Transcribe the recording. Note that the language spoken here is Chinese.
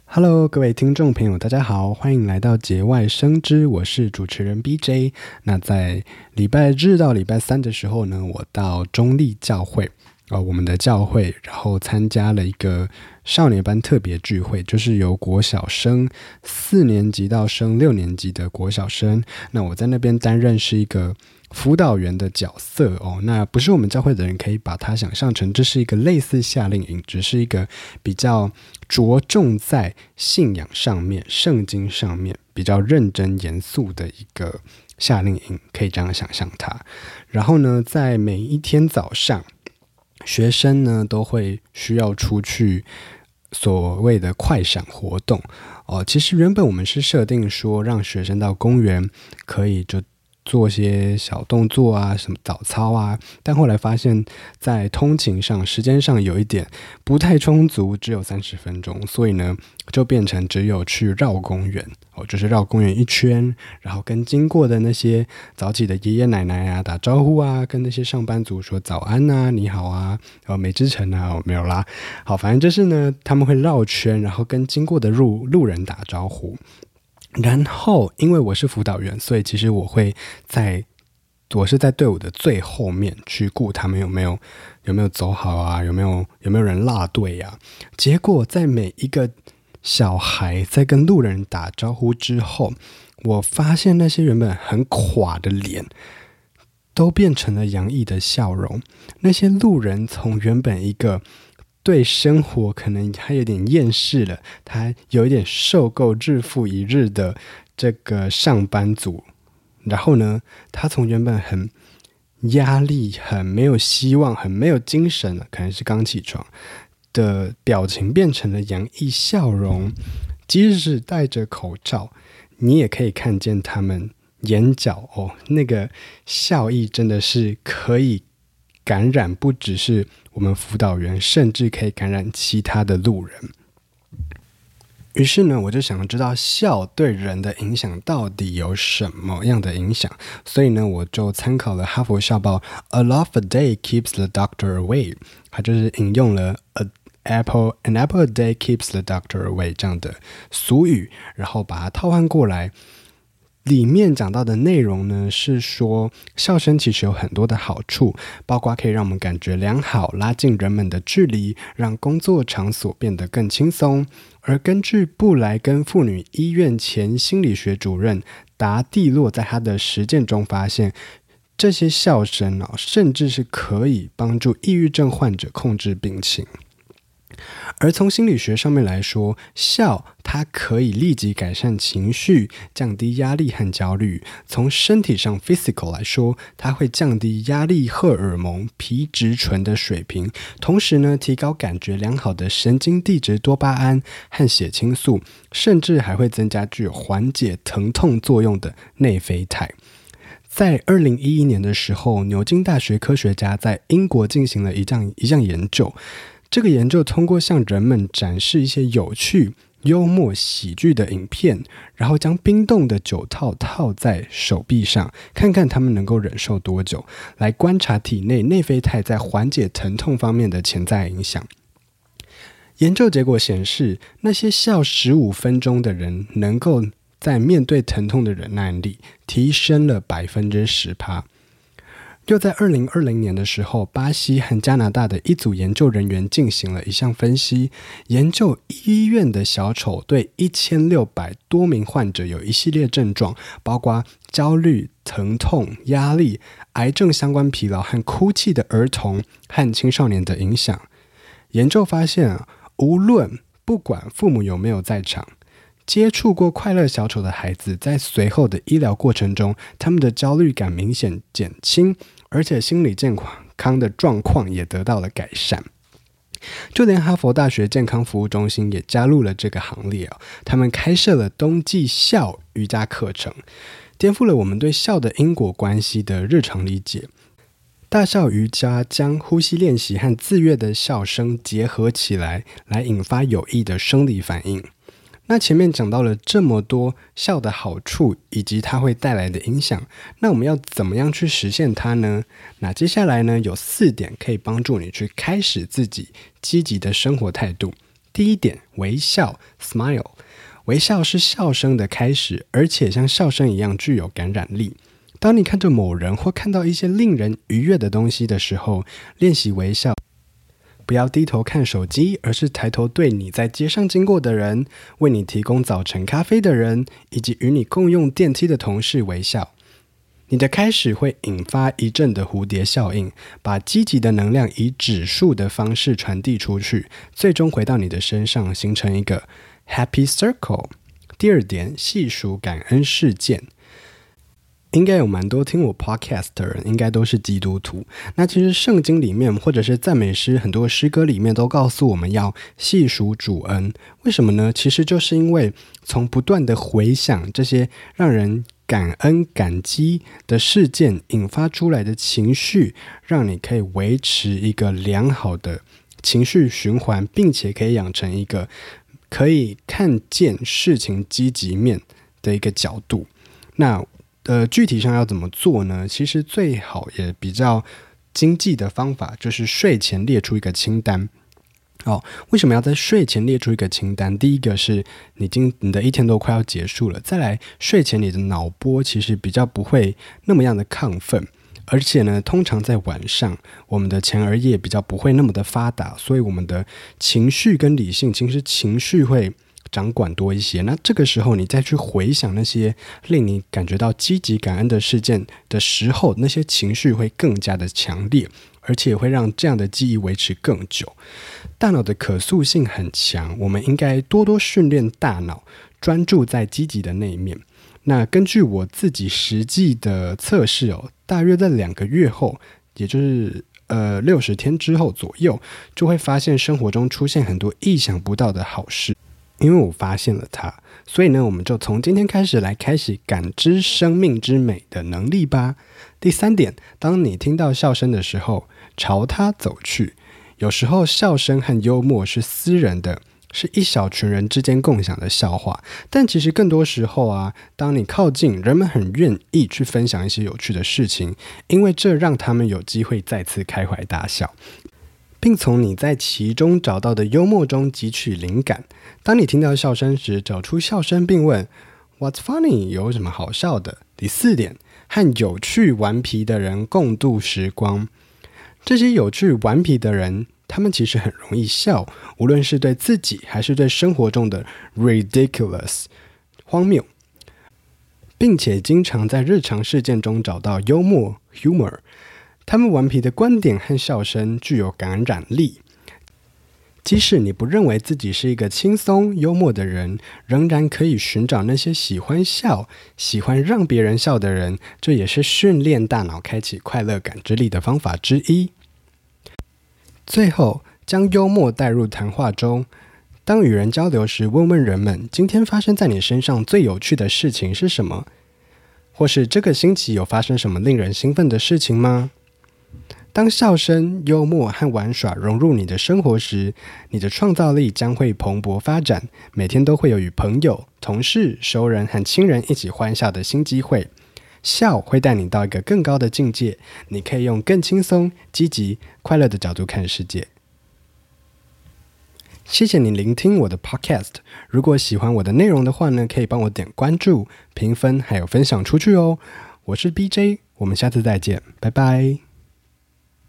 Hello，各位听众朋友，大家好，欢迎来到节外生枝，我是主持人 BJ。那在礼拜日到礼拜三的时候呢，我到中立教会，我们的教会，然后参加了一个少年班特别聚会，就是由国小生4年级到升6年级的国小生，那我在那边担任是一个辅导员的角色哦。那不是我们教会的人可以把它想象成这是一个类似夏令营，只是一个比较着重在信仰上面、圣经上面比较认真严肃的一个夏令营，可以这样想象它。然后呢，在每一天早上，学生呢都会需要出去所谓的快闪活动其实原本我们是设定说让学生到公园可以就做些小动作啊，什么早操啊，但后来发现在通勤上时间上有一点不太充足，只有30分钟，所以呢就变成只有去绕公园就是绕公园一圈，然后跟经过的那些早起的爷爷奶奶啊打招呼啊，跟那些上班族说早安啊，你好啊，美之城啊，没有啦，好，反正就是呢他们会绕圈，然后跟经过的路人打招呼。然后因为我是辅导员，所以其实我是在队伍的最后面去顾他们有没有走好啊，有没有人落队啊。结果在每一个小孩在跟路人打招呼之后，我发现那些原本很垮的脸都变成了洋溢的笑容。那些路人从原本一个对生活可能他有点厌世了，他有一点受够日复一日的这个上班族，然后呢他从原本很压力、很没有希望、很没有精神了，可能是刚起床的表情变成了洋溢笑容，即使戴着口罩你也可以看见他们眼角那个笑意真的是可以感染不只是我们辅导员，甚至可以感染其他的路人。于是呢，我就想知道笑对人的影响到底有什么样的影响，所以呢，我就参考了哈佛校报 A laugh a day keeps the doctor away， 它就是引用了 An apple a day keeps the doctor away 这样的俗语，然后把它套换过来。里面讲到的内容呢，是说笑声其实有很多的好处，包括可以让我们感觉良好，拉近人们的距离，让工作场所变得更轻松。而根据布莱根妇女医院前心理学主任达蒂洛在他的实践中发现，这些笑声甚至是可以帮助抑郁症患者控制病情。而从心理学上面来说，笑它可以立即改善情绪，降低压力和焦虑。从身体上 physical 来说，它会降低压力荷尔蒙皮质醇的水平，同时呢提高感觉良好的神经递质多巴胺和血清素，甚至还会增加具有缓解疼痛作用的内啡肽。在2011年的时候，牛津大学科学家在英国进行了一项研究。这个研究通过向人们展示一些有趣、幽默、喜剧的影片，然后将冰冻的酒套套在手臂上，看看他们能够忍受多久，来观察体内内啡肽在缓解疼痛方面的潜在影响。研究结果显示，那些笑15分钟的人能够在面对疼痛的忍耐力提升了 10%。又在2020年的时候，巴西和加拿大的一组研究人员进行了一项分析，研究医院的小丑对1600多名患者有一系列症状，包括焦虑、疼痛、压力、癌症相关疲劳和哭泣的儿童和青少年的影响。研究发现不管父母有没有在场，接触过快乐小丑的孩子在随后的医疗过程中，他们的焦虑感明显减轻，而且心理健康的状况也得到了改善。就连哈佛大学健康服务中心也加入了这个行列他们开设了冬季笑瑜伽课程，颠覆了我们对笑的因果关系的日常理解。大笑瑜伽将呼吸练习和自悦的笑声结合起来，来引发有益的生理反应。那前面讲到了这么多笑的好处以及它会带来的影响，那我们要怎么样去实现它呢？那接下来呢，有4点可以帮助你去开始自己积极的生活态度。 第一点，微笑 smile。微笑是笑声的开始，而且像笑声一样具有感染力。当你看着某人或看到一些令人愉悦的东西的时候，练习微笑。不要低头看手机，而是抬头对你在街上经过的人、为你提供早晨咖啡的人，以及与你共用电梯的同事微笑。你的开始会引发一阵的蝴蝶效应，把积极的能量以指数的方式传递出去，最终回到你的身上，形成一个 happy circle。 第二点，细数感恩事件。应该有蛮多听我 podcast 的人应该都是基督徒，那其实圣经里面或者是赞美诗很多诗歌里面都告诉我们要细数主恩。为什么呢？其实就是因为从不断的回想这些让人感恩感激的事件引发出来的情绪，让你可以维持一个良好的情绪循环，并且可以养成一个可以看见事情积极面的一个角度。那具体上要怎么做呢？其实最好也比较经济的方法就是睡前列出一个清单。为什么要在睡前列出一个清单？第一个是你的一天都快要结束了，再来睡前你的脑波其实比较不会那么样的亢奋，而且呢，通常在晚上我们的前额叶比较不会那么的发达，所以我们的情绪跟理性，其实情绪会掌管多一些。那这个时候你再去回想那些令你感觉到积极感恩的事件的时候，那些情绪会更加的强烈，而且会让这样的记忆维持更久。大脑的可塑性很强，我们应该多多训练大脑专注在积极的那一面。那根据我自己实际的测试大约在2个月后，也就是60天之后左右，就会发现生活中出现很多意想不到的好事。因为我发现了它，所以呢，我们就从今天开始来开启感知生命之美的能力吧。第3点，当你听到笑声的时候，朝它走去。有时候笑声和幽默是私人的，是一小群人之间共享的笑话，但其实更多时候当你靠近，人们很愿意去分享一些有趣的事情，因为这让他们有机会再次开怀大笑，并从你在其中找到的幽默中汲取灵感。当你听到笑声时，找出笑声并问 What's funny？ 有什么好笑的？第4点，和有趣顽皮的人共度时光。这些有趣顽皮的人，他们其实很容易笑，无论是对自己还是对生活中的 ridiculous 荒谬，并且经常在日常事件中找到幽默 humor。他们顽皮的观点和笑声具有感染力，即使你不认为自己是一个轻松幽默的人，仍然可以寻找那些喜欢笑、喜欢让别人笑的人，这也是训练大脑开启快乐感知力的方法之一。最后，将幽默带入谈话中。当与人交流时，问问人们今天发生在你身上最有趣的事情是什么，或是这个星期有发生什么令人兴奋的事情吗？当笑声、幽默和玩耍融入你的生活时，你的创造力将会蓬勃发展，每天都会有与朋友、同事、熟人和亲人一起欢笑的新机会。笑会带你到一个更高的境界，你可以用更轻松、积极、快乐的角度看世界。谢谢你聆听我的 podcast。 如果喜欢我的内容的话呢，可以帮我点关注、评分还有分享出去哦。我是 BJ， 我们下次再见，拜拜。